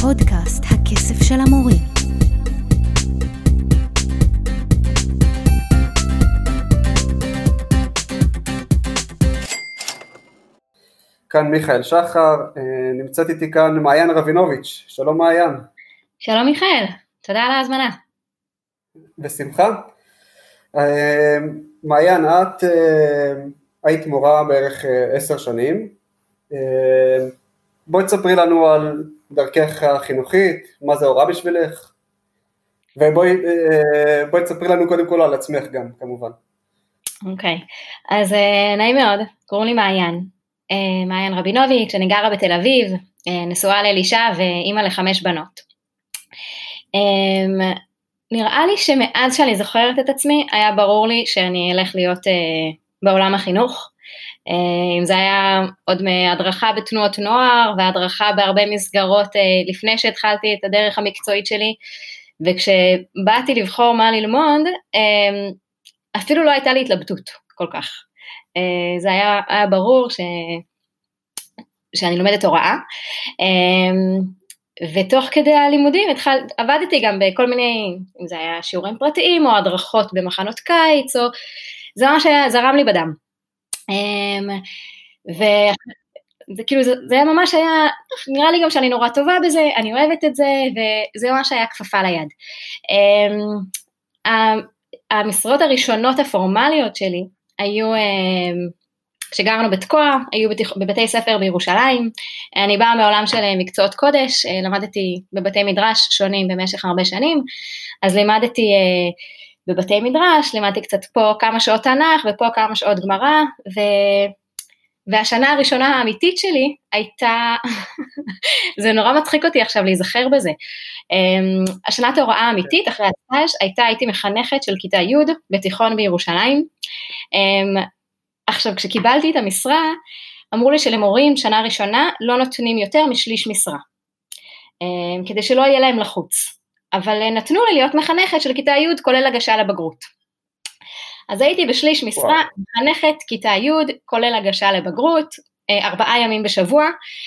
פודקאסט הכסף של המורים. כאן מיכאל שחר, נמצאת איתי כאן מעיין רבינוביץ'. שלום מעיין. שלום מיכאל, תודה על ההזמנה. בשמחה. מעיין, את היית מורה בערך 10 שנים. בואי תספרי לנו על דרכך החינוכית, מה זה הוראה בשבילך, ובואי תספרי לנו קודם כל על עצמך גם, כמובן. אוקיי, אז נעים מאוד, קוראים לי מעיין. מעיין רבינוביץ', אני גרה בתל אביב, נשואה לאלישע ואימא ל5 בנות. נראה לי שמאז שאני זוכרת את עצמי, היה ברור לי שאני אלך להיות בעולם החינוך. אם זה היה עוד מהדרכה בתנועות נוער, והדרכה בהרבה מסגרות לפני שהתחלתי את הדרך המקצועית שלי, וכשבאתי לבחור מה ללמוד, אפילו לא הייתה לי התלבטות כל כך. זה היה ברור שאני לומדת הוראה, ותוך כדי הלימודים עבדתי גם בכל מיני, אם זה היה שיעורים פרטיים, או הדרכות במחנות קיץ, או זה ממש היה, זרם לי בדם. וזה כאילו, זה ממש היה, נראה לי גם שאני נורא טובה בזה, אני אוהבת את זה, וזה ממש היה כפפה ליד. המשרות הראשונות הפורמליות שלי, היו, כשגרנו בתקוע, היו בבתי ספר בירושלים. אני באה מעולם של מקצועות קודש, למדתי בבתי מדרש שונים במשך הרבה שנים, אז לימדתי בבתי מדרש, לימדתי קצת פה כמה שעות תנ"ך, ופה כמה שעות גמרא, והשנה הראשונה האמיתית שלי הייתה, זה נורא מצחיק אותי עכשיו להיזכר בזה, השנת ההוראה האמיתית אחרי הסטאז' הייתי מחנכת של כיתה י' בתיכון בירושלים. עכשיו כשקיבלתי את המשרה, אמרו לי שלמורים שנה ראשונה לא נותנים יותר משליש משרה, כדי שלא יהיה להם לחוץ, אבל נתנו לי להיות מחנכת של כיתה י' כולל הגשה לבגרות. אז הייתי בשליש משרה, מחנכת כיתה י' כולל הגשה לבגרות, 4 ימים בשבוע,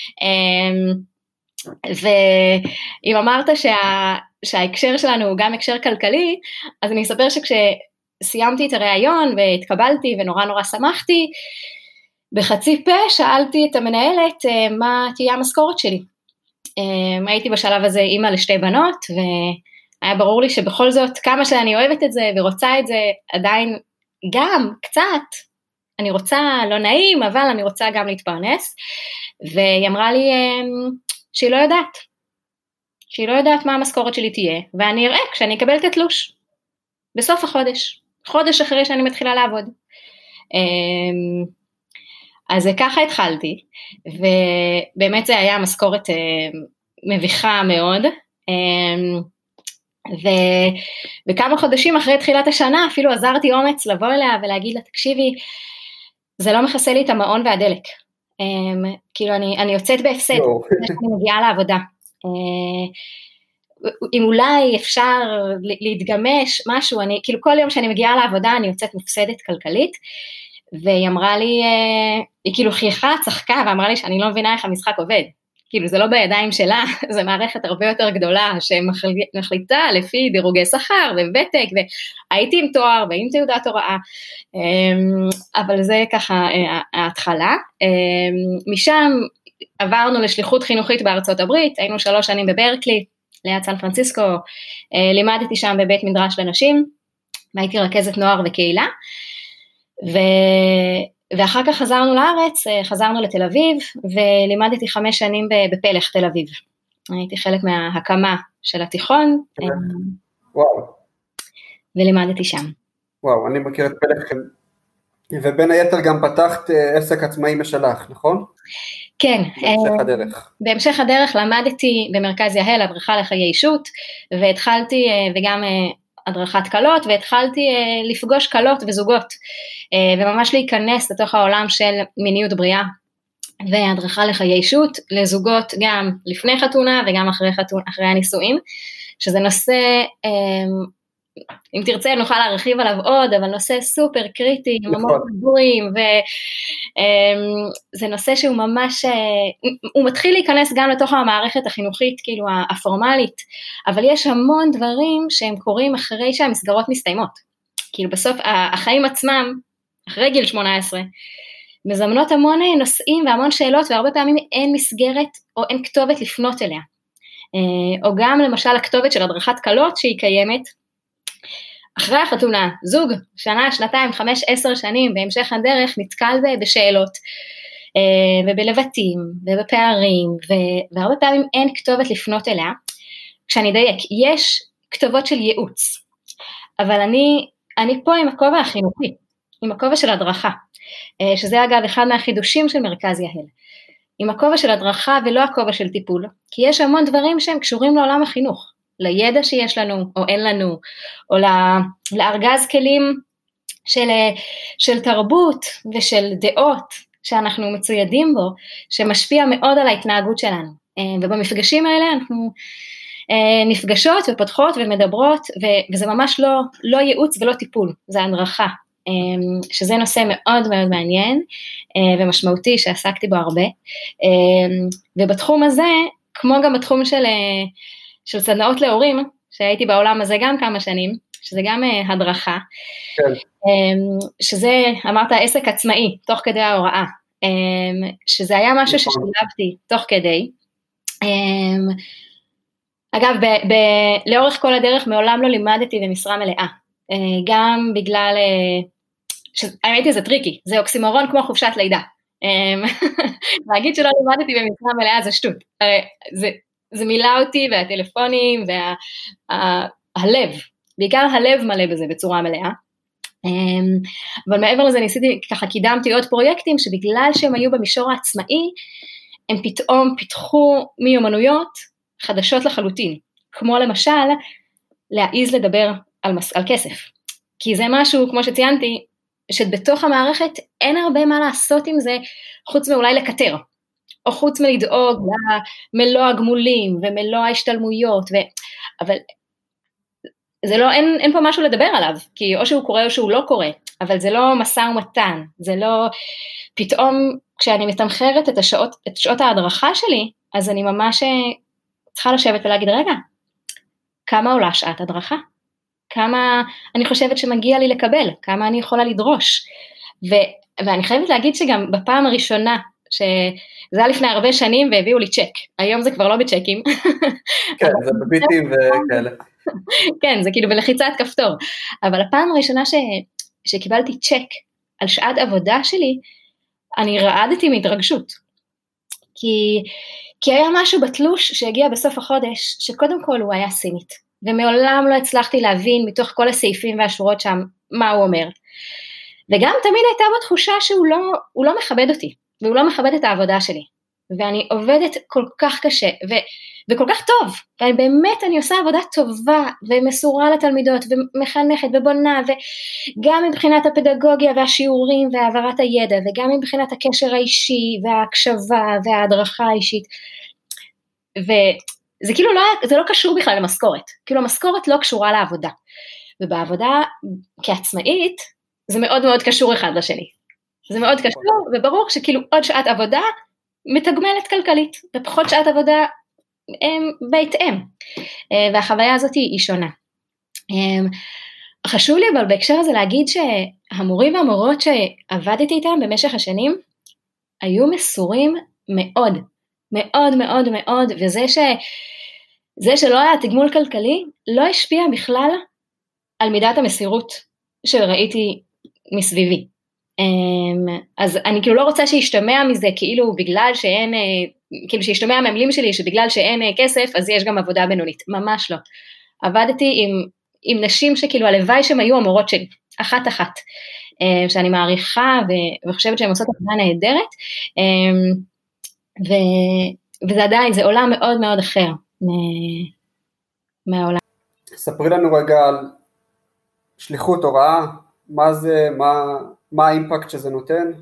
ואם אמרת שההקשר שלנו הוא גם הקשר כלכלי, אז אני אספר שכשסיימתי את הרעיון והתקבלתי ונורא נורא שמחתי, בחצי פה שאלתי את המנהלת מה תהיה המשכורת שלי. הייתי בשלב הזה אימא ל2 בנות, והיה ברור לי שבכל זאת כמה שאני אוהבת את זה ורוצה את זה, עדיין גם קצת, אני רוצה, לא נעים, אבל אני רוצה גם להתפרנס, והיא אמרה לי שהיא לא יודעת מה המשכורת שלי תהיה, ואני אראה כשאני אקבל את התלוש, בסוף החודש, חודש אחרי שאני מתחילה לעבוד. אז ככה התחלתי, ובאמת זה היה משכורת מביכה מאוד, וכמה חודשים אחרי תחילת השנה, אפילו עזרתי אומץ לבוא אליה ולהגיד לה, תקשיבי, זה לא מכסה לי את המעון והדלק, כאילו אני יוצאת בהפסד, אני מגיעה לעבודה, אם אולי אפשר להתגמש משהו, כאילו כל יום שאני מגיעה לעבודה, אני יוצאת מופסדת כלכלית, והיא אמרה לי, היא כאילו חייכה, צחקה, ואמרה לי שאני לא מבינה איך המשחק עובד, כאילו זה לא בידיים שלה, זה מערכת הרבה יותר גדולה, שמחליטה לפי דירוגי שכר וותק, והייתי עם תואר ועם תעודת הוראה, אבל זה ככה ההתחלה. משם עברנו לשליחות חינוכית בארצות הברית, היינו 3 שנים בברקלי, ליד סן פרנסיסקו, לימדתי שם בבית מדרש לנשים, והייתי רכזת נוער וקהילה, ואחר כך חזרנו לארץ, חזרנו לתל אביב, ולימדתי 5 שנים בפלך תל אביב. הייתי חלק מההקמה של התיכון, וואו. ולימדתי שם. וואו, אני מכיר את פלך, ובין היתר גם פתחת עסק עצמאי משלך, נכון? כן. בהמשך הדרך. בהמשך הדרך למדתי במרכז יהל, הדרכה לחיי אישות, והתחלתי, וגם הדרכת קלות, והתחלתי לפגוש קלות וזוגות, וממש להיכנס לתוך העולם של מיניות בריאה, והדרכה לחיי אישות, לזוגות גם לפני חתונה, וגם אחרי הנישואים, שזה נושא אם תרצה נוכל להרחיב עליו עוד, אבל נושא סופר קריטי, עם המון דיבורים, וזה נושא שהוא ממש, הוא מתחיל להיכנס גם לתוך המערכת החינוכית, כאילו הפורמלית, אבל יש המון דברים שהם קורים אחרי שהמסגרות מסתיימות, כאילו בסוף החיים עצמם, אחרי גיל 18, מזמנות המון נושאים והמון שאלות, והרבה פעמים אין מסגרת או אין כתובת לפנות אליה, או גם למשל הכתובת של הדרכת קלות שהיא קיימת, אחרי החתונה, זוג, שנה, שנתיים, 5, 10 שנים, בהמשך הדרך נתקל בשאלות, ובלבטים, ובפערים, והרבה פעמים אין כתובת לפנות אליה, כשאני דייק, יש כתובות של ייעוץ, אבל אני פה עם הכובע החינוכי, עם הכובע של הדרכה, שזה אגב אחד מהחידושים של מרכז יהל, עם הכובע של הדרכה ולא הכובע של טיפול, כי יש המון דברים שהם קשורים לעולם החינוך, לידע שיש לנו או אין לנו, או לארגז כלים של תרבות ושל דעות שאנחנו מצוידים בו, שמשפיע מאוד על ההתנהגות שלנו, ובמפגשים האלה אנחנו נפגשות ופותחות ומדברות, וזה ממש לא ייעוץ ולא טיפול, זה הדרכה, שזה נושא מאוד מאוד מעניין ומשמעותי שעסקתי בו הרבה, ובתחום הזה, כמו גם בתחום של סדנאות להורים, שהייתי בעולם הזה גם כמה שנים, שזה גם הדרכה, כן. שזה, אמרת, עסק עצמאי, תוך כדי ההוראה, שזה היה משהו ששילבתי תוך כדי, אגב, לאורך כל הדרך מעולם לא לימדתי במשרה מלאה, גם בגלל, האמת היא זה טריקי, זה אוקסימורון כמו חופשת לידה, להגיד שלא לימדתי במשרה מלאה זה שטות, זה מילא אותי והטלפונים והלב, בעיקר הלב מלא בזה בצורה מלאה, אבל מעבר לזה ניסיתי, ככה קידמתי עוד פרויקטים שבגלל שהם היו במישור העצמאי, הם פתאום פיתחו מיומנויות חדשות לחלוטין, כמו למשל להעיז לדבר על כסף, כי זה משהו כמו שציינתי, שבתוך המערכת אין הרבה מה לעשות עם זה, חוץ מאולי לקטר, או חוץ מלדאוג למלוא הגמולים ומלוא ההשתלמויות, אבל זה לא, אין פה משהו לדבר עליו, כי או שהוא קורה או שהוא לא קורה, אבל זה לא משא ומתן, זה לא, פתאום כשאני מתמחרת את שעות ההדרכה שלי, אז אני ממש צריכה לשבת ולהגיד, רגע, כמה עולה שעת הדרכה? כמה אני חושבת שמגיע לי לקבל? כמה אני יכולה לדרוש? ואני חייבת להגיד שגם בפעם הראשונה, שזה היה לפני הרבה שנים והביאו לי צ'ק, היום זה כבר לא בצ'קים. כן, זה בביטים וכאלה. כן, זה כאילו בלחיצת כפתור, אבל הפעם הראשונה שקיבלתי צ'ק על שעת עבודה שלי, אני רעדתי מהתרגשות, כי היה משהו בתלוש שהגיע בסוף החודש, שקודם כל הוא היה סינית, ומעולם לא הצלחתי להבין מתוך כל הסעיפים והשורות שם, מה הוא אומר, וגם תמיד הייתה בו תחושה שהוא לא מכבד אותי, והוא לא מכבד את העבודה שלי, ואני עובדת כל כך קשה, וכל כך טוב, ובאמת אני עושה עבודה טובה, ומסורה לתלמידות, ומחנכת ובונה, וגם מבחינת הפדגוגיה והשיעורים, והעברת הידע, וגם מבחינת הקשר האישי, וההקשבה, וההדרכה האישית, וזה כאילו זה לא קשור בכלל למשכורת, כאילו המשכורת לא קשורה לעבודה, ובעבודה כעצמאית, זה מאוד מאוד קשור אחד לשני, זה מאוד קשור, וברור שכאילו עוד שעת עבודה, מתגמלת כלכלית, ופחות שעת עבודה בהתאם, והחוויה הזאת היא שונה. חשוב לי אבל בהקשר הזה להגיד שהמורים והמורות שעבדתי איתם במשך השנים, היו מסורים מאוד, מאוד מאוד מאוד, וזה שלא היה תגמול כלכלי, לא השפיע בכלל על מידת המסירות שראיתי מסביבי. אז אני כאילו לא רוצה שישתמע מזה, כאילו בגלל שאין, כאילו שישתמע מהמילים שלי, שבגלל שאין כסף, אז יש גם עבודה בינונית, ממש לא. עבדתי עם נשים שכאילו הלוואי שהם היו המורות שלי, אחת, שאני מעריכה וחושבת שהן עושות עבודה נהדרת, וזה עדיין, זה עולם מאוד מאוד אחר מהעולם. ספרי לנו רגע על שליחות הוראה, מה זה, מה האימפקט שזה נותן?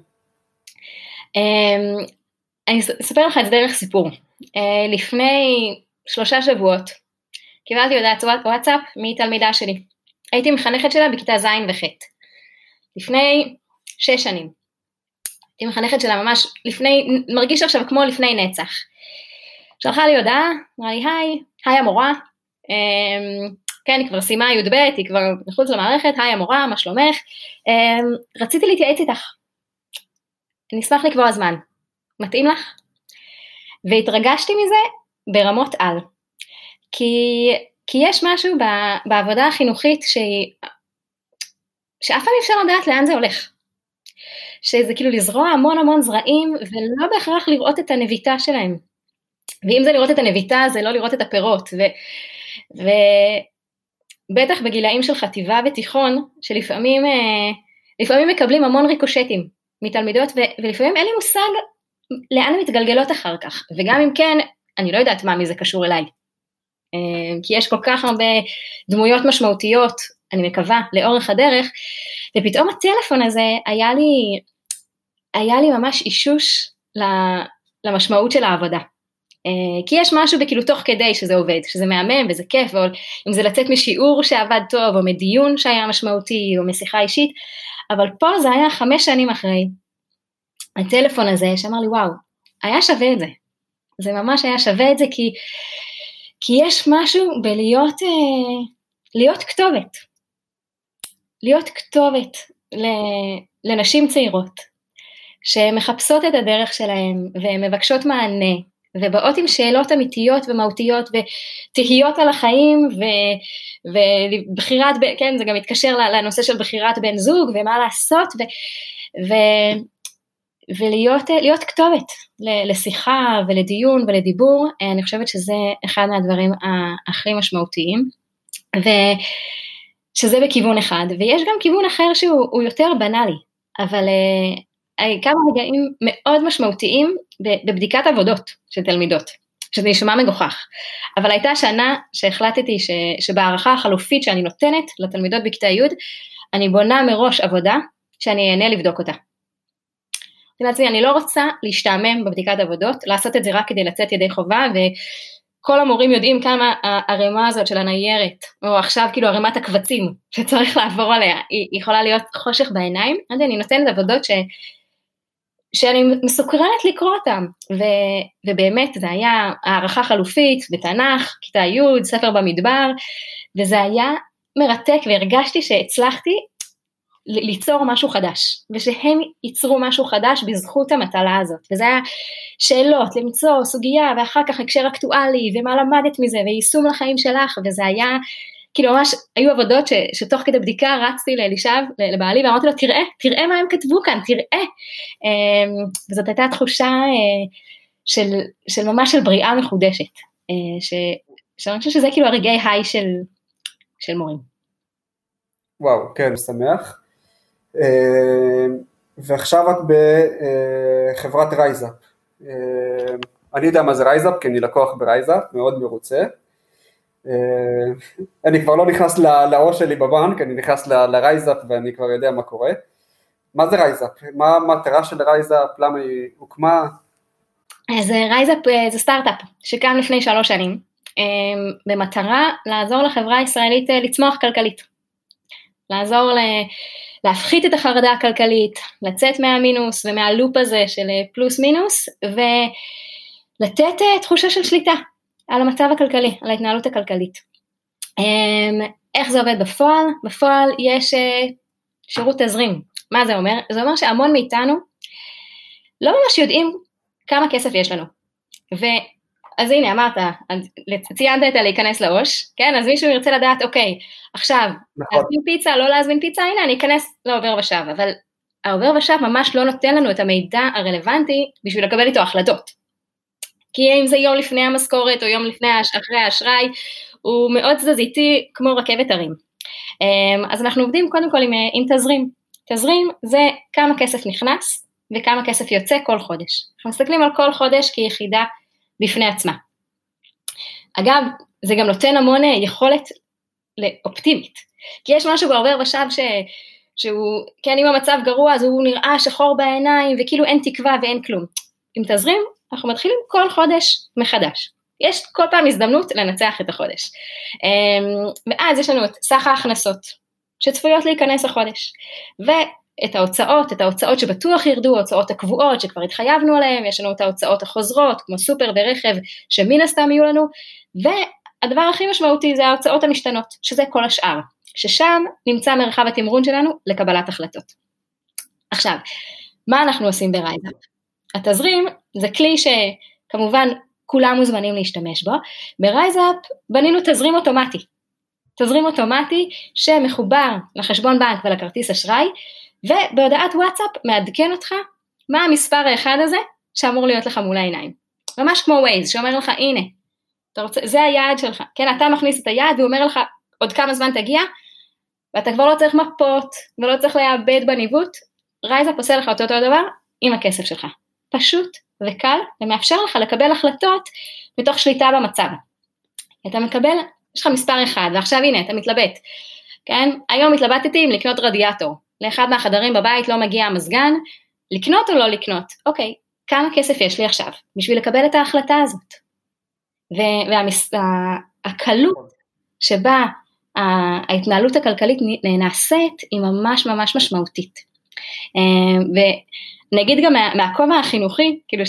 אני אספר לך את זה דרך סיפור. לפני 3 שבועות, קיבלתי הודעת וואטסאפ מתלמידה שלי, הייתי מחנכת שלה בכיתה ז' וח'. לפני 6 שנים. הייתי מחנכת שלה ממש מרגיש עכשיו כמו לפני נצח. שלחה לי הודעה, אמרה לי, היי המורה, כן, היא כבר סיימה י"ב, היא כבר מחוץ למערכת, היי המורה, מה שלומך? רציתי להתייעץ איתך. אני אשמח לקבוע זמן. מתאים לך? והתרגשתי מזה ברמות על. כי יש משהו בעבודה החינוכית שאף פעם אפשר לדעת לאן זה הולך. שזה כאילו לזרוע המון זרעים, ולא בהכרח לראות את הנביטה שלהם. ואם זה לראות את הנביטה, זה לא לראות את הפירות. ובטח בגילאים של חטיבה ותיכון, שלפעמים מקבלים המון ריקושטים מתלמידות, ולפעמים אין לי מושג לאן הן מתגלגלות אחר כך. וגם אם כן, אני לא יודעת מה מזה קשור אליי. כי יש כל כך הרבה דמויות משמעותיות, אני מקווה, לאורך הדרך, ופתאום הטלפון הזה היה לי ממש אישוש למשמעות של העבודה. כי יש משהו בכאילו תוך כדי שזה עובד, שזה מהמם וזה כיף, או אם זה לצאת משיעור שעבד טוב, או מדיון שהיה משמעותי, או משיחה אישית, אבל פה זה היה 5 שנים אחרי, הטלפון הזה שאמר לי וואו, היה שווה את זה, זה ממש היה שווה את זה, כי יש משהו להיות כתובת, להיות כתובת לנשים צעירות, שמחפשות את הדרך שלהם, ומבקשות מענה, ובאות עם שאלות אמיתיות ומהותיות, ותהיות על החיים, ובחירת, כן, זה גם מתקשר לנושא של בחירת בן זוג, ומה לעשות, ולהיות כתובת לשיחה ולדיון ולדיבור. אני חושבת שזה אחד מהדברים הכי משמעותיים, ושזה בכיוון אחד, ויש גם כיוון אחר שהוא יותר בנאלי, אבל כמה רגעים מאוד משמעותיים בבדיקת עבודות של תלמידות, שזה נשמע מגוחך, אבל הייתה שנה שהחלטתי שבהערכה החלופית שאני נותנת לתלמידות בכיתה י', אני בונה מראש עבודה שאני אענה לבדוק אותה. אני לא רוצה להשתעמם בבדיקת עבודות, לעשות את זה רק כדי לצאת ידי חובה, וכל המורים יודעים כמה הרמה הזאת של הניירת, או עכשיו כאילו הרמת הקבצים שצריך לעבור עליה, היא יכולה להיות חושך בעיניים. אני נותנת עבודות שאני מסוקרנת לקרוא אותם, ובאמת זה היה הערכה חלופית בתנ"ך, כיתה י', ספר במדבר, וזה היה מרתק, והרגשתי שהצלחתי ליצור משהו חדש, ושהם ייצרו משהו חדש בזכות המטלה הזאת, וזה היה שאלות, למצוא סוגיה, ואחר כך הקשר אקטואלי, ומה למדת מזה, ויישום לחיים שלך, וזה היה, כאילו ממש, היו עבודות שתוך כדי בדיקה רצתי לאלישב, לבעלי, ואמרתי לו, תראה מה הם כתבו כאן, תראה, וזאת הייתה תחושה של ממש של בריאה מחודשת, שאני חושבת שזה כאילו הרגעי היי של מורים. וואו, כן, שמח. ועכשיו את בחברת רייזאפ. אני יודע מה זה רייזאפ, כי אני לקוח ברייזאפ, מאוד מרוצה. אני כבר לא נכנס לאור שלי בבנק, אני נכנס לרייזאפ ואני כבר יודע מה קורה. מה זה רייזאפ? מה המטרה של רייזאפ? למה היא הוקמה? אז רייזאפ זה סטארט-אפ שקם לפני 3 שנים, במטרה לעזור לחברה הישראלית לצמוח כלכלית. לעזור להפחית את החרדה הכלכלית, לצאת מהמינוס ומהלופ הזה של פלוס מינוס, ולתת תחושה של שליטה על המצב הכלכלי, על ההתנהלות הכלכלית. איך זה עובד בפועל? בפועל יש שירות תזרים. מה זה אומר? זה אומר שהמון מאיתנו לא ממש יודעים כמה כסף יש לנו. אז הנה אמרת, ציינת את להיכנס לעו"ש, כן? אז מישהו ירצה לדעת, אוקיי, עכשיו, להזמין פיצה, לא להזמין פיצה, הנה אני אכנס לעובר ושב, אבל העובר ושב ממש לא נותן לנו את המידע הרלוונטי בשביל לקבל איתו החלטות. כי אם זה יום לפני המשכורת או יום אחרי האשראי, הוא מאוד תזזיתי כמו רכבת הרים. אז אנחנו עובדים קודם כל עם תזרים. תזרים זה כמה כסף נכנס וכמה כסף יוצא כל חודש. אנחנו מסתכלים על כל חודש כיחידה בפני עצמה. אגב, זה גם נותן המון יכולת לאופטימית, כי יש משהו בעובר ושב שהוא, כן, אם המצב גרוע, אז הוא נראה שחור בעיניים, וכאילו אין תקווה ואין כלום. עם תזרים, אנחנו מתחילים כל חודש מחדש. יש כל פעם הזדמנות לנצח את החודש. ואז יש לנו את סך ההכנסות שצפויות להיכנס החודש, ואת ההוצאות שבטוח ירדו, ההוצאות הקבועות שכבר התחייבנו עליהן, יש לנו את ההוצאות החוזרות, כמו סופר ורכב, שמן הסתם יהיו לנו, והדבר הכי משמעותי זה ההוצאות המשתנות, שזה כל השאר, ששם נמצא מרחב התמרון שלנו לקבלת החלטות. עכשיו, מה אנחנו עושים ברייזאפ? התזרים זה כלי שכמובן כולם מוזמנים להשתמש בו. ברייזאפ בנינו תזרים אוטומטי שמחובר לחשבון בנק ולכרטיס אשראי, ובהודעת וואטסאפ מעדכן אותך מה המספר האחד הזה שאמור להיות לך מול העיניים. ממש כמו ווייז שאומר לך, הנה, זה היעד שלך. כן, אתה מכניס את היעד והוא אומר לך עוד כמה זמן תגיע, ואתה כבר לא צריך מפות ולא צריך לאבד בניווט. רייזאפ עושה לך אותו דבר עם הכסף שלך. פשוט וקל, ומאפשר לך לקבל החלטות מתוך שליטה במצב. אתה מקבל, יש לך מספר אחד, ועכשיו הנה, אתה מתלבט. כן? היום התלבטתי אם לקנות רדיאטור. לאחד מהחדרים בבית לא מגיע המזגן, לקנות או לא לקנות? אוקיי, כמה כסף יש לי עכשיו בשביל לקבל את ההחלטה הזאת? והקלות שבה ההתנהלות הכלכלית נעשית היא ממש ממש משמעותית. ונגיד גם מהכובע החינוכי, כאילו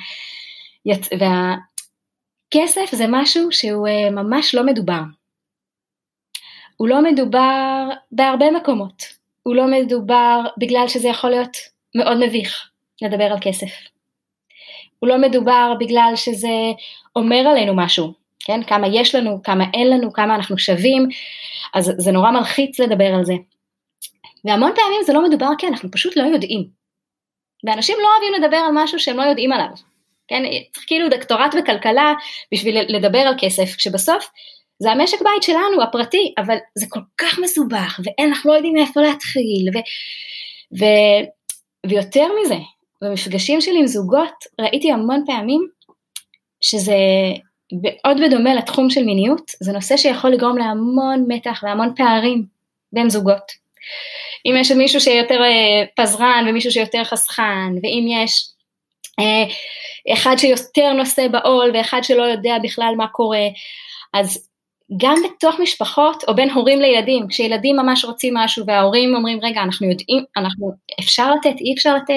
והכסף זה משהו שהוא ממש לא מדובר. הוא לא מדובר בהרבה מקומות. הוא לא מדובר בגלל שזה יכול להיות מאוד מביך לדבר על כסף. הוא לא מדובר בגלל שזה אומר עלינו משהו, כן? כמה יש לנו, כמה אין לנו, כמה אנחנו שווים, אז זה נורא מלחיץ לדבר על זה. והמון פעמים זה לא מדובר, כן, אנחנו פשוט לא יודעים. ואנשים לא אוהבים לדבר על משהו שהם לא יודעים עליו. כן? צריך כאילו דוקטורט בכלכלה בשביל לדבר על כסף, כשבסוף זה המשק בית שלנו, הפרטי, אבל זה כל כך מסובך, ואנחנו לא יודעים מאיפה להתחיל, ויותר מזה, במפגשים שלי עם זוגות, ראיתי המון פעמים, שזה עוד בדומה לתחום של מיניות, זה נושא שיכול לגרום להמון מתח, והמון פערים בין זוגות. אם יש מישהו שיותר פזרן, ומישהו שיותר חסכן, ואם יש אחד שיותר נושא בעול, ואחד שלא יודע בכלל מה קורה, אז גם בתוך משפחות, או בין הורים לילדים, כשילדים ממש רוצים משהו, וההורים אומרים, רגע, אנחנו יודעים, אפשר לתת, אי אפשר לתת,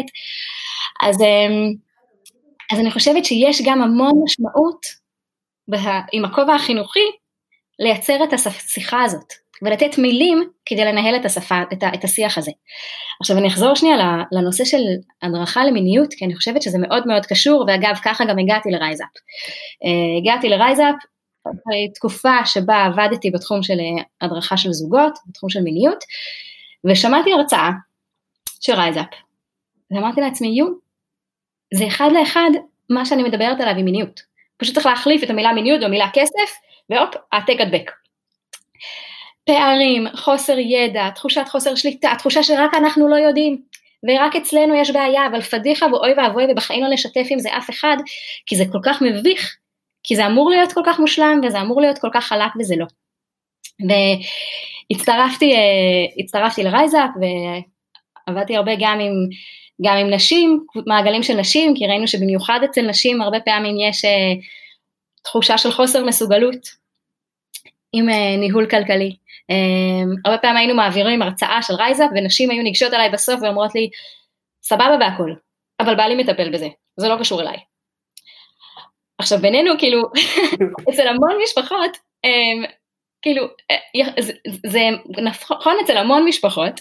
אז אני חושבת שיש גם המון משמעות, עם הכובע החינוכי, לייצר את השיחה הזאת, ולתת מילים, כדי לנהל את השיח הזה. עכשיו אני אחזור שנייה, לנושא של הדרכה למיניות, כי אני חושבת שזה מאוד מאוד קשור, ואגב, ככה גם הגעתי לרייזאפ. הגעתי לרייזאפ, תקופה שבה עבדתי בתחום של הדרכה של זוגות, בתחום של מיניות, ושמעתי הרצאה של רייזאפ, ואמרתי לעצמי, זה אחד לאחד מה שאני מדברת עליו עם מיניות, פשוט צריך להחליף את המילה מיניות במילה כסף, והופ, העתק הדבק. פערים, חוסר ידע, תחושת חוסר שליטה, תחושה שרק אנחנו לא יודעים, ורק אצלנו יש בעיה, אבל פדיחה ואוי ואבוי, ובחיים לא נשתף עם זה אף אחד, כי זה כל כך מביך, כי זה אמור להיות כל כך מושלם, וזה אמור להיות כל כך חלק, וזה לא. והצטרפתי לרייזאפ, ועבדתי הרבה גם עם נשים, מעגלים של נשים, כי ראינו שבמיוחד אצל נשים, הרבה פעמים יש תחושה של חוסר מסוגלות, עם ניהול כלכלי. הרבה פעמים היינו מעבירים הרצאה של רייזאפ, ונשים היו ניגשות עליי בסוף, ואומרות לי, סבבה והכל, אבל בעלי מטפל בזה, זה לא קשור אליי. עכשיו בינינו, כאילו, אצל המון משפחות, כאילו, זה נכון אצל המון משפחות,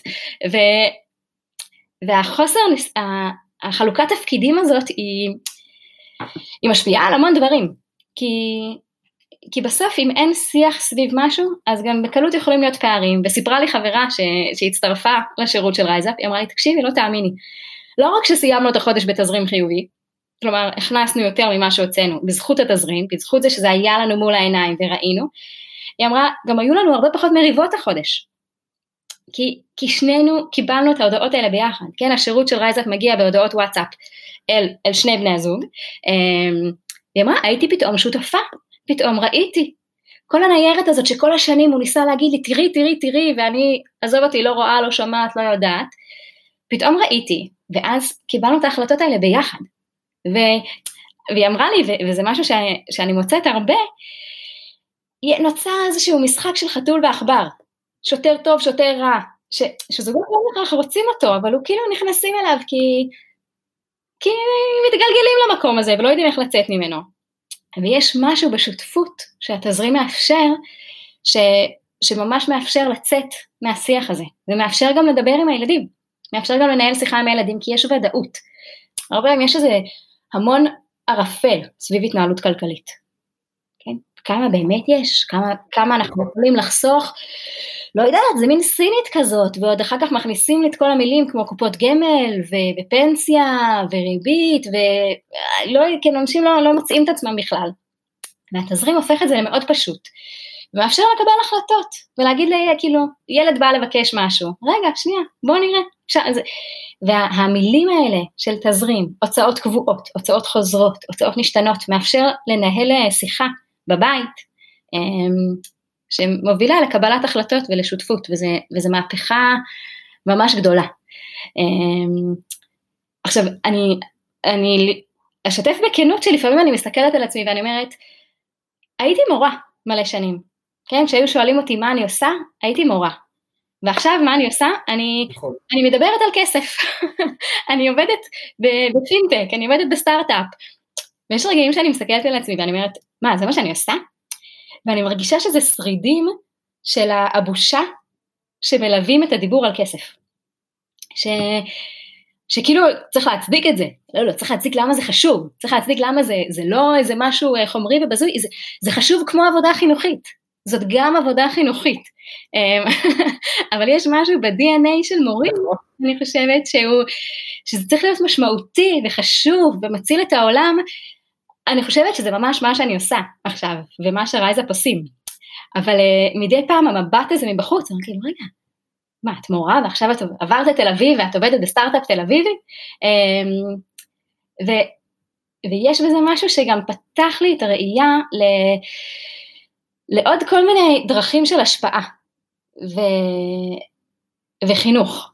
והחוסר, החלוקת תפקידים הזאת, היא משפיעה על המון דברים, כי בסוף אם אין שיח סביב משהו, אז גם בקלות יכולים להיות פערים, וסיפרה לי חברה שהצטרפה לשירות של רייזאפ, היא אמרה לי, תקשיבי, לא תאמיני, לא רק שסיימנו את החודש בתזרים חיובי, כלומר, הכנסנו יותר ממה שהוצאנו, בזכות התזרים, בזכות זה שזה היה לנו מול העיניים וראינו, היא אמרה, גם היו לנו הרבה פחות מריבות החודש, כי שנינו קיבלנו את ההודעות האלה ביחד, כן, השירות של רייזאפ מגיע בהודעות וואטסאפ אל שני בני הזוג, היא אמרה, הייתי פתאום שותפה, פתאום ראיתי, כל הניירת הזאת שכל השנים הוא ניסה להגיד לי, תראי, ואני, עזוב אותי, לא רואה, לא שומעת, לא יודעת, פתאום ראיתי, ואז קיבלנו את ההחלטות האלה ביחד, והיא אמרה לי, וזה משהו שאני מוצאת הרבה, נוצר איזשהו משחק של חתול ועכבר, שוטר טוב, שוטר רע, שזוגות לא בכך רוצים אותו, אבל הוא כאילו נכנסים אליו, כי מתגלגלים למקום הזה, ולא יודעים איך לצאת ממנו. ויש משהו בשותפות, שהתזרים מאפשר, שממש מאפשר לצאת מהשיח הזה, ומאפשר גם לדבר עם הילדים, מאפשר גם לנהל שיחה עם הילדים, כי יש ודאות. הרבה פעמים יש איזה המון ערפל סביב התנהלות כלכלית. כן? כמה באמת יש, כמה אנחנו יכולים לחסוך, לא יודעת, זה מין סינית כזאת, ועוד אחר כך מכניסים לי את כל המילים, כמו קופות גמל, ופנסיה, וריבית, כן, אנשים לא מוצאים את עצמם בכלל. והתזרים הופך את זה למאוד פשוט. ומאפשר לקבל החלטות, ולהגיד לי, כאילו, ילד בא לבקש משהו, רגע, שנייה, בוא נראה, והמילים האלה של תזרים, הוצאות קבועות, הוצאות חוזרות, הוצאות משתנות, מאפשר לנהל שיחה בבית, שמובילה לקבלת החלטות ולשותפות, וזה מהפכה ממש גדולה. עכשיו, אני אשתף בכנות שלפעמים אני מסתכלת על עצמי, ואני אומרת, הייתי מורה מלא שנים, כן? כשהיו שואלים אותי מה אני עושה, הייתי מורה. ועכשיו מה אני עושה? אני מדברת על כסף. אני עובדת בפינטק, אני עובדת בסטארט-אפ. ויש רגעים שאני מסתכלת על עצמי ואני אומרת, מה, זה מה שאני עושה? ואני מרגישה שזה שרידים של הבושה שמלווים את הדיבור על כסף. שכאילו צריך להצדיק את זה. לא, צריך להצדיק למה זה חשוב. צריך להצדיק למה זה לא איזה משהו חומרי ובזוי, זה חשוב כמו עבודה חינוכית. זאת גם עבודה חינוכית, אבל יש משהו ב-DNA של מורים, אני חושבת שזה צריך להיות משמעותי וחשוב ומציל את העולם, אני חושבת שזה ממש מה שאני עושה עכשיו, ומה שרייזאפ עושים, אבל מדי פעם המבט הזה מבחוץ, אני כאילו, רגע, מה, את מורה ועכשיו את עברת את תל אביב ואת עובדת בסטארט-אפ תל אביבי, ויש בזה משהו שגם פתח לי את הראייה לעוד כל מיני דרכים של השפעה וחינוך,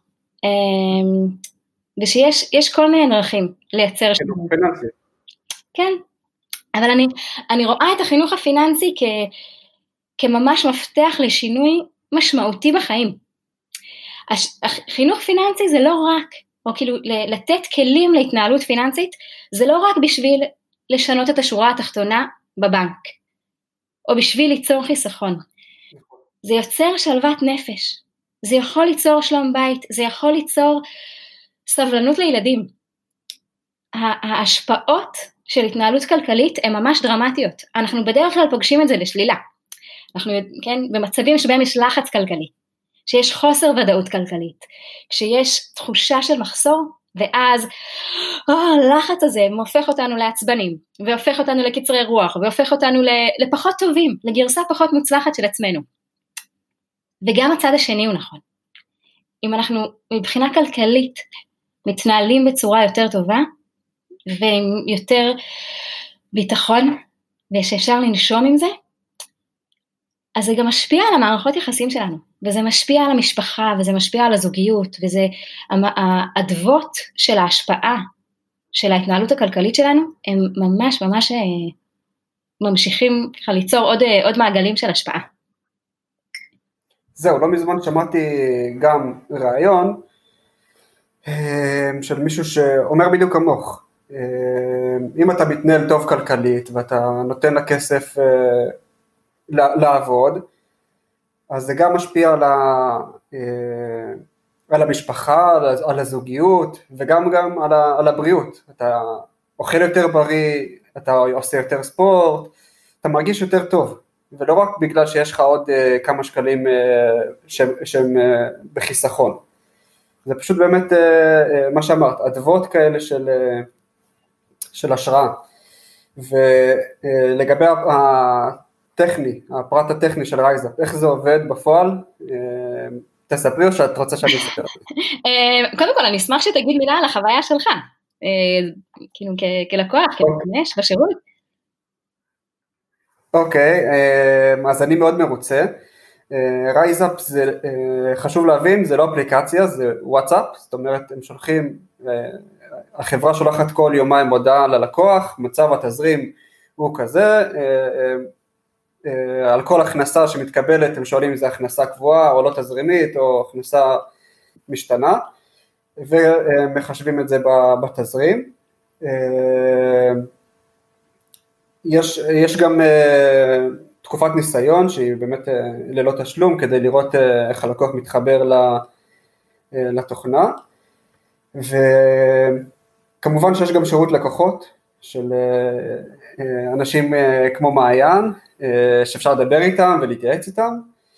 ושיש כל מיני דרכים לייצר חינוך פיננסי. כן, אבל אני רואה את החינוך הפיננסי כממש מפתח לשינוי משמעותי בחיים. החינוך פיננסי זה לא רק, או כאילו לתת כלים להתנהלות פיננסית, זה לא רק בשביל לשנות את השורה התחתונה בבנק, או בשביל ליצור חיסכון. זה יוצר שלוות נפש, זה יכול ליצור שלום בית, זה יכול ליצור סבלנות לילדים. ההשפעות של התנהלות כלכלית הן ממש דרמטיות, אנחנו בדרך כלל פוגשים את זה לשלילה, אנחנו, כן, במצבים שבהם יש לחץ כלכלי, שיש חוסר ודאות כלכלית, כשיש תחושה של מחסור, ואז הלחץ הזה הופך אותנו לעצבנים, והופך אותנו לקצרי רוח, והופך אותנו לפחות טובים, לגרסה פחות מוצלחת של עצמנו. וגם הצד השני הוא נכון. אם אנחנו מבחינה כלכלית מתנהלים בצורה יותר טובה, ועם יותר ביטחון, ושאפשר לנשום עם זה, אז זה גם משפיע על המערכות יחסים שלנו, וזה משפיע על המשפחה, וזה משפיע על הזוגיות, וזה האדוות של ההשפעה של ההתנהלות הכלכלית שלנו, הם ממש ממש ממשיכים ליצור עוד מעגלים של השפעה. זהו, לא מזמן שמעתי גם רעיון של מישהו שאומר בדיוק כמוך, אם אתה מתנהל טוב כלכלית, ואתה נותן לכסף לעבוד, אז זה גם משפיע על המשפחה, על הזוגיות, וגם על הבריאות. אתה אוכל יותר בריא, אתה עושה יותר ספורט, אתה מרגיש יותר טוב, ולא רק בגלל שיש לך עוד כמה שקלים שהם בחיסכון. זה פשוט באמת מה שאמרת, אדוות כאלה של השראה. ולגבי הטכני, הפרט הטכני של רייזאפ, איך זה עובד בפועל? תספרי או שאת רוצה שאני אספר? קודם כל, אני אשמח שתגיד מילה על החוויה שלך, כאילו כלקוח, כמש בשירות. אוקיי, אז אני מאוד מרוצה. רייזאפ זה חשוב להבין, זה לא אפליקציה, זה וואטסאפ, זאת אומרת הם שולחים החברה שולחת כל יומיים הודעה ללקוח, מצב התזרים הוא כזה, על כל הכנסה שמתקבלת, הם שואלים אם זה הכנסה קבועה או לא תזרימית או הכנסה משתנה, ומחשבים את זה בתזרים. יש גם תקופת ניסיון שהיא באמת ללא תשלום, כדי לראות איך הלקוח מתחבר לתוכנה, וכמובן שיש גם שירות לקוחות של אנשים כמו מעיין, שאפשר לדבר איתם ולהתייעץ איתם.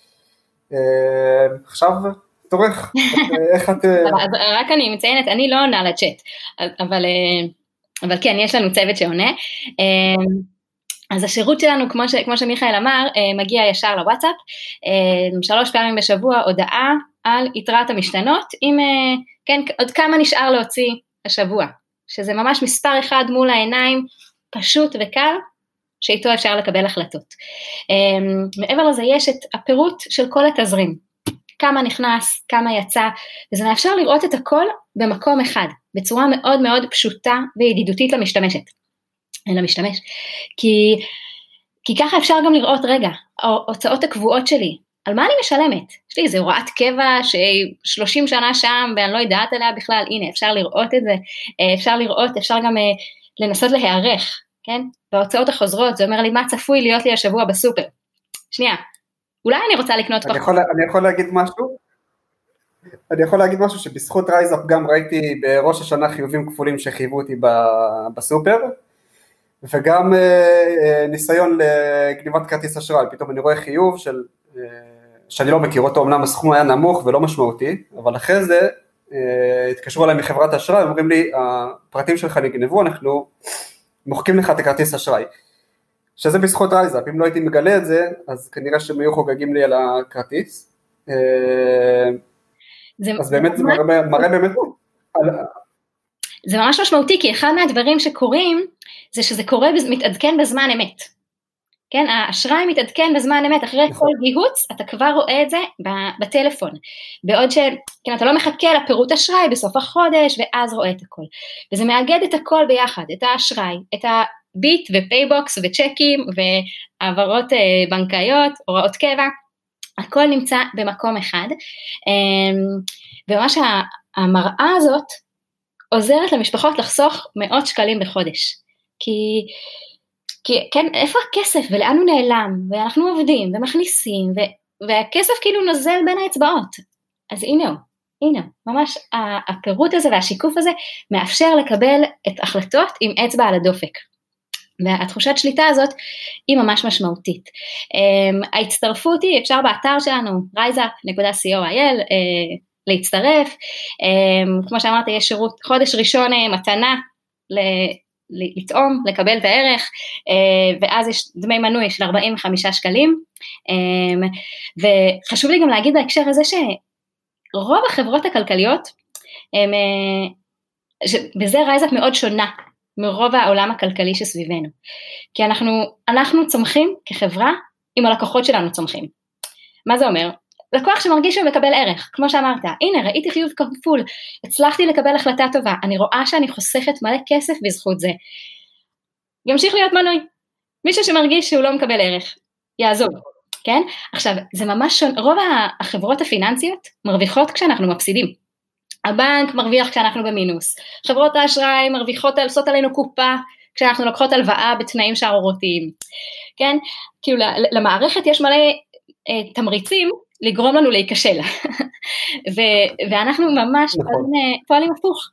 עכשיו תורך, איך את... רק אני מציינת, אני לא עונה לצ'אט, אבל כן, יש לנו צוות שעונה. אז השירות שלנו, כמו שמיכאל אמר, מגיע ישר לוואטסאפ, 3 פעמים בשבוע הודעה על יתרת המשתנות, עם, כן, עוד כמה נשאר להוציא השבוע, שזה ממש מספר אחד מול העיניים, פשוט וקל, שאיתו אפשר לקבל החלטות. מעבר לזה יש את הפירוט של כל התזרים, כמה נכנס, כמה יצא, וזה מאפשר לראות את הכל במקום אחד, בצורה מאוד מאוד פשוטה וידידותית למשתמש, כי ככה אפשר גם לראות, רגע, ההוצאות הקבועות שלי, על מה אני משלמת? יש לי איזו הוראת קבע ש30 שנה שם, ואני לא יודעת עליה בכלל, הנה, אפשר לראות את זה, אפשר גם לנסות להיערך, כן? וההוצאות החוזרות, זה אומר לי, מה צפוי להיות לי השבוע בסופר? שנייה, אולי אני רוצה לקנות פחות. אני יכול להגיד משהו שבזכות רייזאפ גם ראיתי בראש השנה חיובים כפולים שחייבו אותי בסופר, וגם ניסיון לגניבת כרטיס אשראי, פתאום אני רואה חיוב שאני לא מכיר אותו, אמנם הסכום היה נמוך ולא משמעותי, אבל אחרי זה התקשרו אליי מחברת אשראי, אומרים לי, הפרטים שלך נגנבו, אנחנו מוחקים לך את הכרטיס אשראי, שזה בזכות רייזאפ, אם לא הייתי מגלה את זה, אז כנראה שהם היו חוגגים לי על הכרטיס, אז באמת זה מראה באמת, זה ממש משמעותי, כי אחד מהדברים שקורים, זה שזה קורה, מתעדכן בזמן אמת, כן, האשראי מתעדכן בזמן אמת, אחרי כל גיהוץ, אתה כבר רואה את זה בטלפון, בעוד כן, אתה לא מחכה לפירוט אשראי בסוף החודש, ואז רואה את הכל, וזה מאגד את הכל ביחד, את האשראי, את הביט ופייבוקס וצ'קים, והעברות בנקאיות, הוראות קבע, הכל נמצא במקום אחד, וממש המראה הזאת, עוזרת למשפחות לחסוך מאות שקלים בחודש, כי כן, איפה הכסף ולאן הוא נעלם, ואנחנו עובדים ומכניסים, והכסף כאילו נוזל בין האצבעות, אז הנה הוא, ממש הפירוט הזה והשיקוף הזה, מאפשר לקבל את החלטות עם אצבע על הדופק, והתחושת שליטה הזאת היא ממש משמעותית. ההצטרפות היא, אפשר באתר שלנו, riseup.co.il, להצטרף, כמו שאמרת, יש שירות חודש ראשון מתנה לטעום, לקבל את הערך, ואז יש דמי מנוי של 45 שקלים, וחשוב לי גם להגיד בהקשר הזה שרוב החברות הכלכליות, בזה רייזאפ מאוד שונה מרוב העולם הכלכלי שסביבנו, כי אנחנו צומחים כחברה, אם הלקוחות שלנו צומחים. מה זה אומר? לקוח שמרגיש שהוא מקבל ערך, כמו שאמרת, הנה ראיתי חיוב כפול, הצלחתי לקבל החלטה טובה, אני רואה שאני חוסכת מלא כסף בזכות זה, ימשיך להיות מנוי, מישהו שמרגיש שהוא לא מקבל ערך, יעזוב, כן? עכשיו, זה ממש שונה, רוב החברות הפיננסיות מרוויחות כשאנחנו מפסידים, הבנק מרוויח כשאנחנו במינוס, חברות האשראי מרוויחות לעשות עלינו קופה, כשאנחנו לוקחות הלוואה בתנאים שערורותיים, כן? כאילו למערכת יש מלא תמריצים, לגרום לנו להיכשל, ואנחנו ממש פועלים הפוך,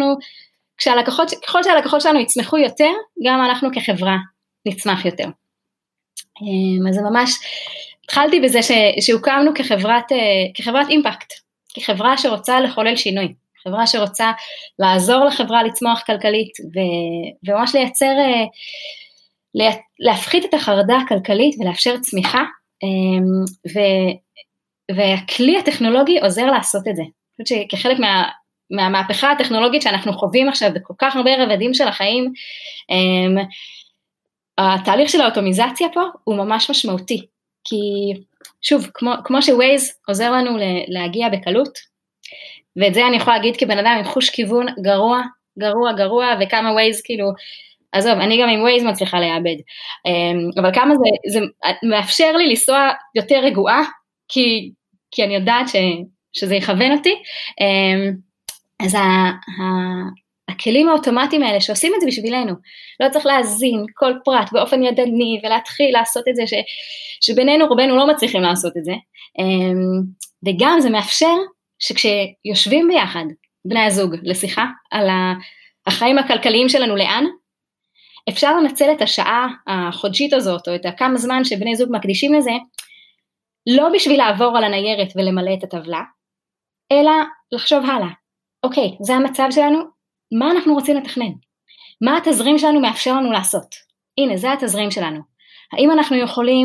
ככל שהלקוחות שלנו יצמחו יותר, גם אנחנו כחברה נצמח יותר. אז זה ממש, התחלתי בזה שהוקמנו כחברת אימפקט, כחברה שרוצה לחולל שינוי, חברה שרוצה לעזור לחברה לצמוח כלכלית, וממש להפחית את החרדה הכלכלית ולאפשר צמיחה, והכלי הטכנולוגי עוזר לעשות את זה. אני חושבת שכחלק מהמהפכה הטכנולוגית שאנחנו חווים עכשיו בכל כך הרבה רבדים של החיים, התהליך של האוטומיזציה פה הוא ממש משמעותי, כי שוב, כמו שווייז עוזר לנו להגיע בקלות, ואת זה אני יכולה להגיד כבן אדם עם חוש כיוון גרוע, גרוע, וכמה ווייז כאילו, עזוב, אני גם עם ווייז מצליחה לאבד, אבל כמה זה מאפשר לי לנסוע יותר רגועה, כי אני יודעת שזה יכוון אותי, אז הכלים האוטומטיים האלה שעושים את זה בשבילנו, לא צריך להזין כל פרט באופן ידני, ולהתחיל לעשות את זה, שבינינו רובנו לא מצליחים לעשות את זה, וגם זה מאפשר שכשיושבים ביחד, בני הזוג, לשיחה על החיים הכלכליים שלנו לאן, אפשר לנצל את השעה החודשית הזאת, או את הכמה זמן שבני זוג מקדישים לזה, לא בשביל לעבור על הניירת ולמלא את הטבלה, אלא לחשוב הלאה. אוקיי, זה המצב שלנו, מה אנחנו רוצים לתכנן? מה התזרים שלנו מאפשר לנו לעשות? הנה, זה התזרים שלנו. האם אנחנו יכולים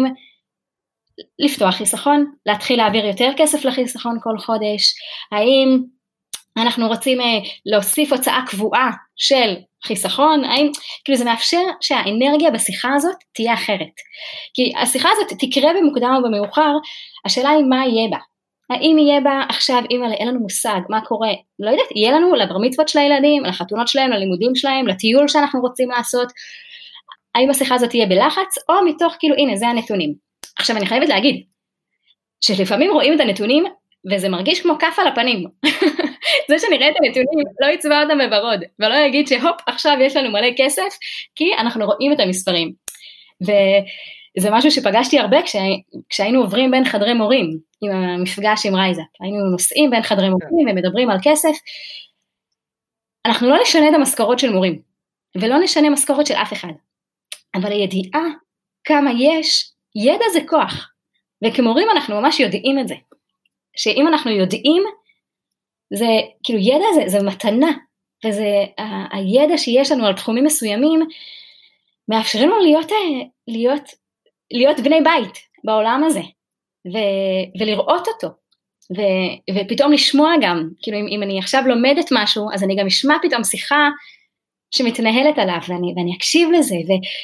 לפתוח חיסכון, להתחיל להעביר יותר כסף לחיסכון כל חודש? האם אנחנו רוצים להוסיף הוצאה קבועה של חיסכון? האם, כאילו זה מאפשר שהאנרגיה בשיחה הזאת תהיה אחרת. כי השיחה הזאת תקרה במוקדם או במאוחר, השאלה היא מה יהיה בה. האם יהיה בה עכשיו, אם אין לנו מושג, מה קורה, לא יודעת, יהיה לנו לבר מצוות של הילדים, לחתונות שלהם, ללימודים שלהם, לטיול שאנחנו רוצים לעשות, האם השיחה הזאת תהיה בלחץ, או מתוך כאילו, הנה, זה הנתונים. עכשיו אני חייבת להגיד, שלפעמים רואים את הנתונים, וזה מרגיש כמו כף על הפנים. זה שנראה את הנתונים, לא יצבע אותם בברוד, ולא יגיד שהופ, עכשיו יש לנו מלא כסף, כי אנחנו רואים את המספרים. וזה משהו שפגשתי הרבה כשהיינו עוברים בין חדרי מורים, עם המפגש עם רייזאפ, היינו נוסעים בין חדרי מורים ומדברים על כסף, אנחנו לא נשנה את המשכורות של מורים, ולא נשנה משכורת של אף אחד, אבל הידיעה כמה יש, ידע זה כוח, וכמורים אנחנו ממש יודעים את זה, שאם אנחנו יודעים, זה כאילו ידע זה מתנה, וזה הידע שיש לנו על תחומים מסוימים, מאפשרים לנו להיות בני בית בעולם הזה, ולראות אותו, ופתאום לשמוע גם, כאילו אם אני עכשיו לומדת משהו, אז אני גם אשמע פתאום שיחה שמתנהלת עליו, ואני אקשיב לזה,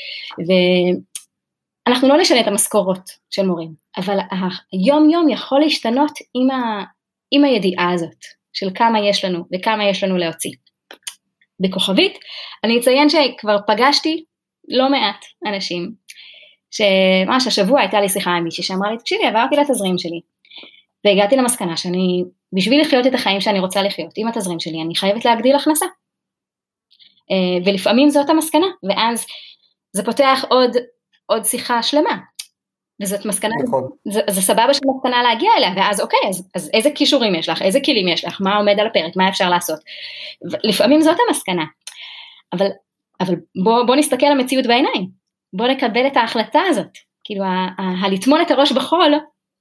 ואנחנו לא נשנה את המשכורות של מורים, אבל היום יום יכול להשתנות עם הידיעה הזאת, של כמה יש לנו, וכמה יש לנו להוציא. בכוכבית, אני אציין שכבר פגשתי לא מעט אנשים, שממש השבוע הייתה לי שיחה עם מישהי שאמרה לי, תקשיבי, עברתי לתזרים שלי, והגעתי למסקנה שאני, בשביל לחיות את החיים שאני רוצה לחיות, עם התזרים שלי, אני חייבת להגדיל הכנסה. ולפעמים זאת המסקנה, ואז זה פותח עוד שיחה שלמה, וזאת מסקנה, זה סבבה של מסקנה להגיע אליה, ואז אוקיי, אז איזה קישורים יש לך, איזה כלים יש לך, מה עומד על הפרק, מה אפשר לעשות. לפעמים זאת המסקנה, אבל בוא נסתכל על המציאות בעיניים, בוא נקבל את ההחלטה הזאת, כאילו הלטמון את הראש בחול,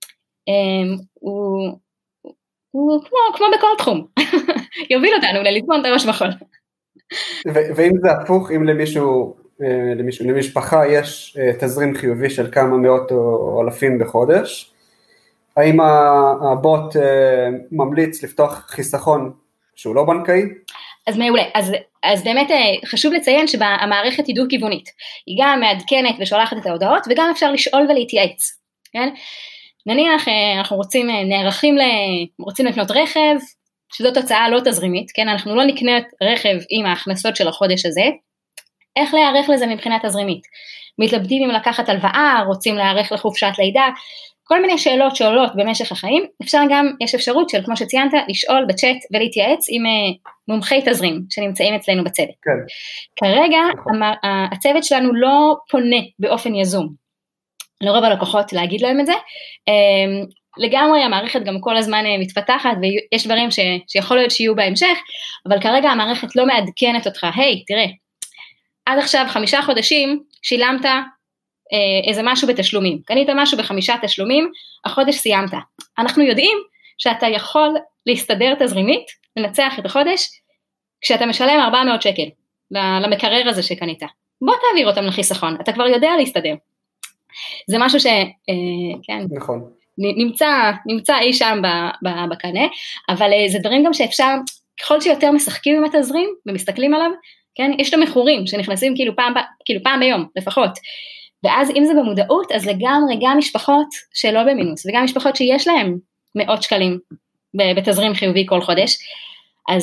הוא כמו בכל תחום, יוביל אותנו ללטמון את הראש בחול. ואם זה הפוך, אם למשפחה יש תזרים חיובי של כמה מאות או אלפים בחודש, האם הבוט ממליץ לפתוח חיסכון שהוא לא בנקאי? אז מעולה, אז באמת חשוב לציין שהמערכת היא דו-כיוונית, היא גם מעדכנת ושולחת את ההודעות, וגם אפשר לשאול ולהתייעץ, כן? נניח אנחנו רוצים לקנות רכב, שזאת הצעה לא תזרימית, כן? אנחנו לא נקנה רכב עם ההכנסות של החודש הזה, איך להיערך לזה מבחינת תזרימית? מתלבטים אם לקחת הלוואה, רוצים להיערך לחופשת לידה, כל מיני שאלות שעולות במשך החיים, יש אפשרות של, כמו שציינת, לשאול בצ'אט ולהתייעץ עם מומחי תזרים שנמצאים אצלנו בצוות. כן. כרגע הצוות שלנו לא פונה באופן יזום, לרוב הלקוחות להגיד להם את זה, לגמרי המערכת גם כל הזמן מתפתחת, ויש דברים שיכול להיות שיהיו בהמשך, אבל כרגע המערכת לא מעדכנת אותך, היי, תראה, עד עכשיו 5 חודשים שילמת איזה משהו בתשלומים, קנית משהו ב5 תשלומים, החודש סיימת. אנחנו יודעים שאתה יכול להסתדר תזרימית, לנצח את החודש, כשאתה משלם 400 שקל למקרר הזה שקנית. בוא תעביר אותם לחיסכון, אתה כבר יודע להסתדר. זה משהו כן, נכון. נמצא אי שם בקנה, אבל זה דברים גם שאפשר, ככל שיותר משחקים עם התזרים ומסתכלים עליו, כן, יש את המחורים שנכנסים כאילו פעם ביום לפחות, ואז אם זה במודעות, אז לגמרי גם משפחות שלא במינוס, וגם משפחות שיש להם מאות שקלים בתזרים חיובי כל חודש, אז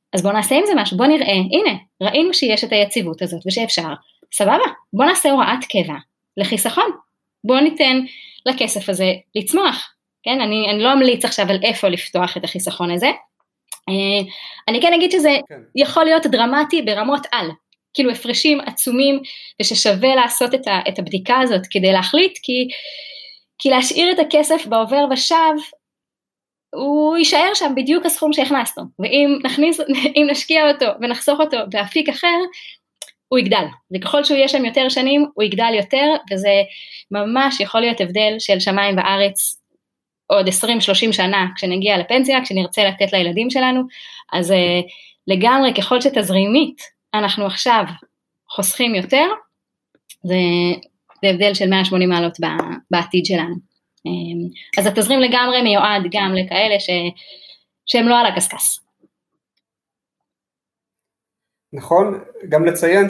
אז בוא נעשה עם זה משהו, בוא נראה, הנה, ראינו שיש את היציבות הזאת ושאפשר, סבבה, בוא נעשה הוראת קבע לחיסכון, בוא ניתן לכסף הזה לצמוח, כן, אני לא אמליץ עכשיו על איפה לפתוח את החיסכון הזה, אני כן אגיד שזה יכול להיות דרמטי ברמות על, כאילו הפרשים עצומים, וששווה לעשות את הבדיקה הזאת כדי להחליט, כי להשאיר את הכסף בעובר ושב, הוא יישאר שם בדיוק הסכום שהכנסנו, ואם נשקיע אותו ונחסוך אותו באפיק אחר, הוא יגדל, וככל שהוא יהיה שם יותר שנים, הוא יגדל יותר, וזה ממש יכול להיות הבדל של שמיים וארץ, עוד 20-30 שנה, כשנגיע לפנסיה, כשנרצה לתת לילדים שלנו, אז לגמרי, ככל שתזרימית, אנחנו עכשיו חוסכים יותר, זה הבדל של 180 מעלות בעתיד שלנו. אז התזרים לגמרי מיועד גם לכאלה שהם לא על הקסקס. נכון, גם לציין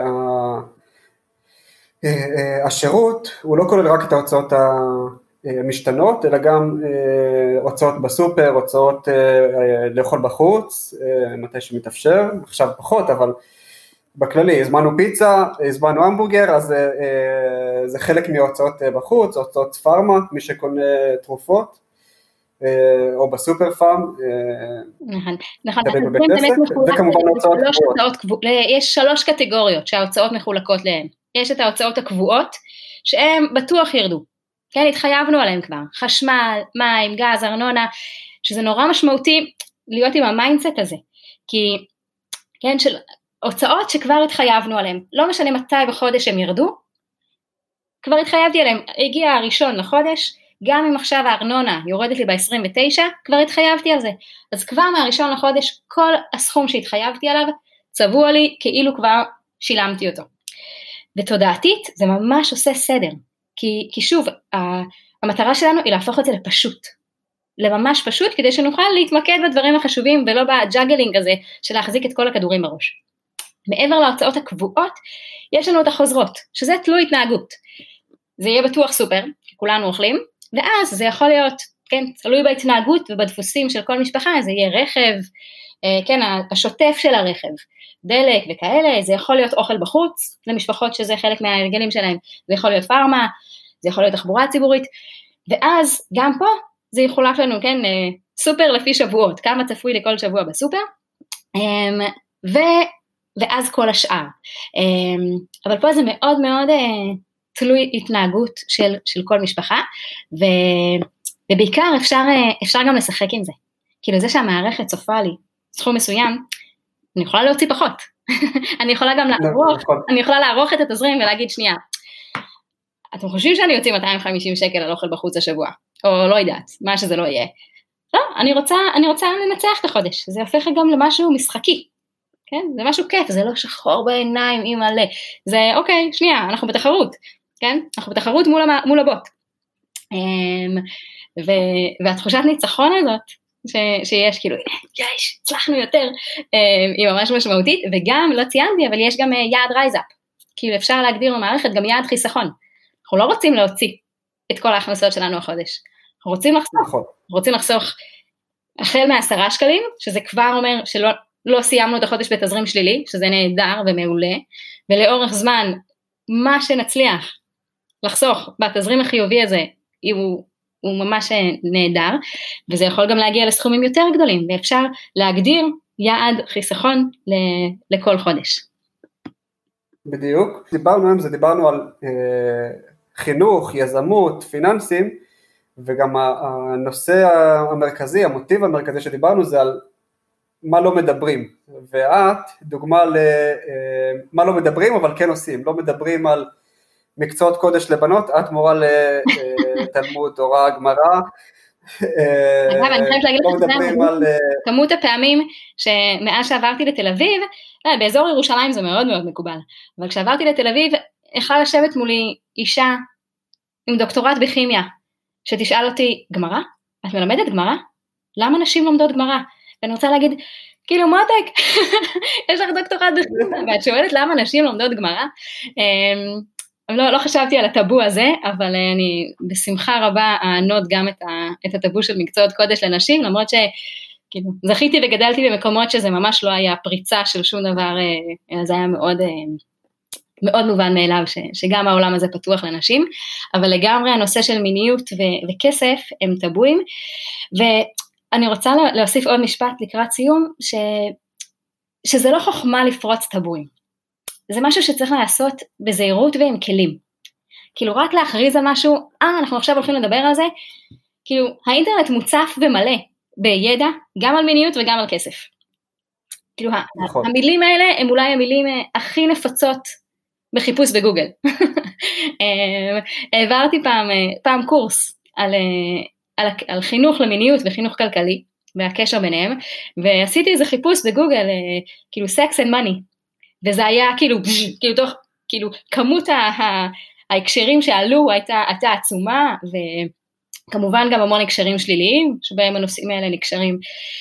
שהשירות הוא לא כולל רק את ההוצאות המשתנות, אלא גם הוצאות בסופר, הוצאות לאכול בחוץ, מתי שמתאפשר, עכשיו פחות, אבל בכללי, הזמנו פיצה, הזמנו המבורגר, אז זה חלק מההוצאות בחוץ, הוצאות פארמה, מי שקונה תרופות, או בסופר פארם, נכון, וכמובן הוצאות קבועות. יש 3 קטגוריות שההוצאות מחולקות להן, יש את ההוצאות הקבועות, שהן בטוח ירדו, כן, התחייבנו עליהן כבר, חשמל, מים, גז, ארנונה, שזה נורא משמעותי להיות עם המיינדסט הזה, כי, כן, של הוצאות שכבר התחייבנו עליהן, לא משנה מתי בחודש הם ירדו, כבר התחייבתי עליהן, הגיע הראשון לחודש, גם אם עכשיו הארנונה יורדת לי ב-29, כבר התחייבתי על זה, אז כבר מהראשון לחודש, כל הסכום שהתחייבתי עליו, צבוע לי כאילו כבר שילמתי אותו. ותודעתית, זה ממש עושה סדר, כי שוב, המטרה שלנו היא להפוך את זה לפשוט, לממש פשוט, כדי שנוכל להתמקד בדברים החשובים, ולא בג'אגלינג הזה, של להחזיק את כל הכדורים בראש. מעבר להוצאות הקבועות, יש לנו את החוזרות, שזה תלוי התנהגות. זה יהיה בטוח סופר, כי כולנו אוכלים, ואז זה יכול להיות, כן, תלוי בהתנהגות ובדפוסים של כל משפחה, זה יהיה רכב, כן, השוטף של הרכב, דלק וכאלה, זה יכול להיות אוכל בחוץ, למשפחות שזה חלק מההרגלים שלהם, זה יכול להיות פארמה, זה יכול להיות תחבורה ציבורית, ואז גם פה זה יחולק לנו, כן, סופר לפי שבועות, כמה צפוי לכל שבוע בסופר, ואז כל השאר. אבל פה זה מאוד מאוד תלוי התנהגות של כל משפחה, ובעיקר אפשר גם לשחק עם זה. כאילו זה שהמערכת צופה לי סכום מסוים, אני יכולה להוציא פחות. אני יכולה גם לערוך את התזרים ולהגיד שנייה, אתם חושבים שאני יוציא 250 שקל על אוכל בחוץ השבוע, או לא יודעת, מה שזה לא יהיה. לא, אני רוצה לנצח את החודש, זה הופך גם למשהו משחקי. כן? זה משהו כיף, זה לא שחור בעיניים עם מלא, זה אוקיי, שנייה, אנחנו בתחרות, כן? אנחנו בתחרות מול הבוט, והתחושת ניצחון הזאת, שיש כאילו, יש, הצלחנו יותר, היא ממש משמעותית, וגם, לא ציינתי, אבל יש גם יעד רייזאפ, כאילו אפשר להגדיר במערכת גם יעד חיסכון, אנחנו לא רוצים להוציא את כל ההכנסות שלנו החודש, אנחנו רוצים לחסוך החל מ10 שקלים, שזה כבר אומר שלא סיימנו את החודש בתזרים שלילי, שזה נהדר ומעולה, ולאורך זמן, מה שנצליח לחסוך בתזרים החיובי הזה, הוא ממש נהדר, וזה יכול גם להגיע לסכומים יותר גדולים, ואפשר להגדיר יעד חיסכון לכל חודש. בדיוק, דיברנו על חינוך, יזמות, פיננסים, וגם הנושא המרכזי, המוטיב המרכזי שדיברנו זה על מה לא מדברים, ואת דוגמה למה לא מדברים אבל כן עושים, לא מדברים על מקצועות קודש לבנות, את מורה לתלמוד, תורה, גמרא, אגב, אני חייבת להגיד לך, כמות הפעמים שמאז שעברתי לתל אביב, באזור ירושלים זה מאוד מאוד מקובל, אבל כשעברתי לתל אביב, יכלה לשבת מולי אישה עם דוקטורט בכימיה, שתשאל אותי, גמרא? את מלמדת גמרא? למה נשים לומדות גמרא? ואני רוצה להגיד, כאילו מותק, יש לך דוקטורט בכימיה, ואת שואלת למה נשים לומדות גמרא? לא חשבתי על הטאבו הזה, אבל אני בשמחה רבה אענוד גם את הטאבו של מקצועות קודש לנשים, למרות כאילו, זכיתי וגדלתי במקומות שזה ממש לא היה פריצה של שום דבר, זה היה מאוד, מאוד מובן מאליו שגם העולם הזה פתוח לנשים, אבל לגמרי הנושא של מיניות וכסף הם טבויים, ואני רוצה להוסיף עוד משפט לקראת סיום, שזה לא חוכמה לפרוץ טבויים, זה משהו שצריך לעשות בזהירות ועם כלים, כאילו רק להכריז על משהו, אנחנו עכשיו הולכים לדבר על זה, כאילו האינטרנט מוצף ומלא בידע, גם על מיניות וגם על כסף, כאילו נכון. המילים האלה הם אולי המילים הכי נפוצות בחיפוש בגוגל, העברתי פעם קורס על חינוך למיניות וחינוך כלכלי, והקשר ביניהם, ועשיתי איזה חיפוש בגוגל, כאילו sex and money, וזה היה כאילו כמות ההקשרים שעלו הייתה עצומה, וכמובן גם המון הקשרים שליליים, שבהם הנושאים האלה נקשרים,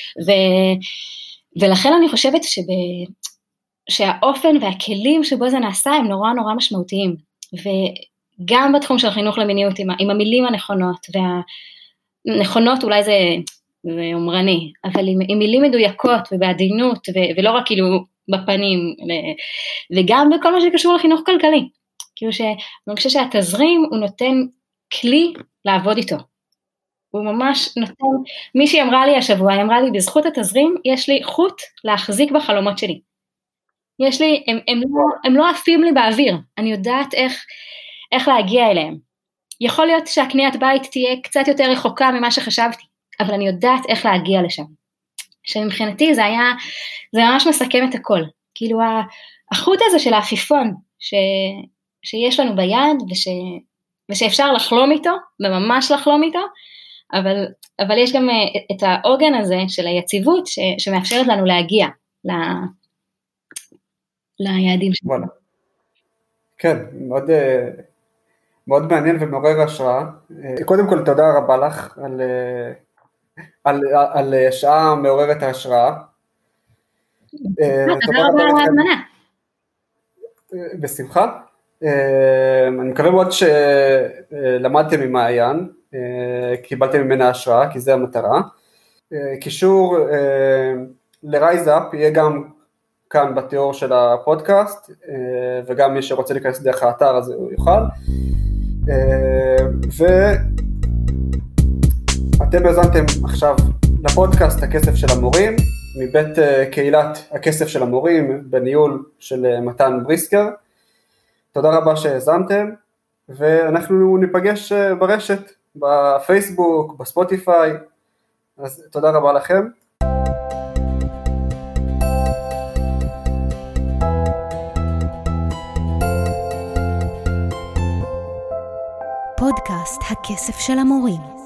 ולכן אני חושבת שהאופן והכלים שבו זה נעשה, הם נורא נורא משמעותיים, וגם בתחום של החינוך למיניות, עם המילים הנכונות, והנכונות אולי זה אומרני, אבל עם מילים מדויקות ובעדינות, ולא רק כאילו בפנים, וגם בכל מה שקשור לחינוך כלכלי, כאילו שאני חושבת שהתזרים הוא נותן כלי לעבוד איתו, הוא ממש נותן, מישהי אמרה לי השבוע, היא אמרה לי, בזכות התזרים יש לי חוט להחזיק בחלומות שלי, יש לי, הם לא עפים לי באוויר, אני יודעת איך להגיע אליהם, יכול להיות שהקניית בית תהיה קצת יותר רחוקה ממה שחשבתי, אבל אני יודעת איך להגיע לשם, שמבחינתי זה ממש מסכם את הכל, כאילו החוט הזה של העפיפון, שיש לנו ביד, ושאפשר לחלום איתו, וממש לחלום איתו, אבל יש גם את העוגן הזה של היציבות, שמאפשרת לנו להגיע ליעדים שלנו. כן, מאוד מעניין ומעורר השראה. קודם כל תודה רבה לך על שעה מעוררת ההשראה. תודה רבה על ההזמנה. בשמחה. אני מקווה מאוד שלמדתם ממעיין, קיבלתם ממנה השראה, כי זה המטרה. קישור ל-Rise Up יהיה גם כאן בתיאור של הפודקאסט, וגם מי שרוצה להיכנס דרך האתר אז הוא יוכל. ואתם האזנתם עכשיו לפודקאסט הכסף של המורים, מבית קהילת הכסף של המורים, בניהול של מתן בריסקר. תודה רבה שהאזנתם, ואנחנו ניפגש ברשת, בפייסבוק, בספוטיפיי, אז תודה רבה לכם. פודקאסט הכסף של המורים.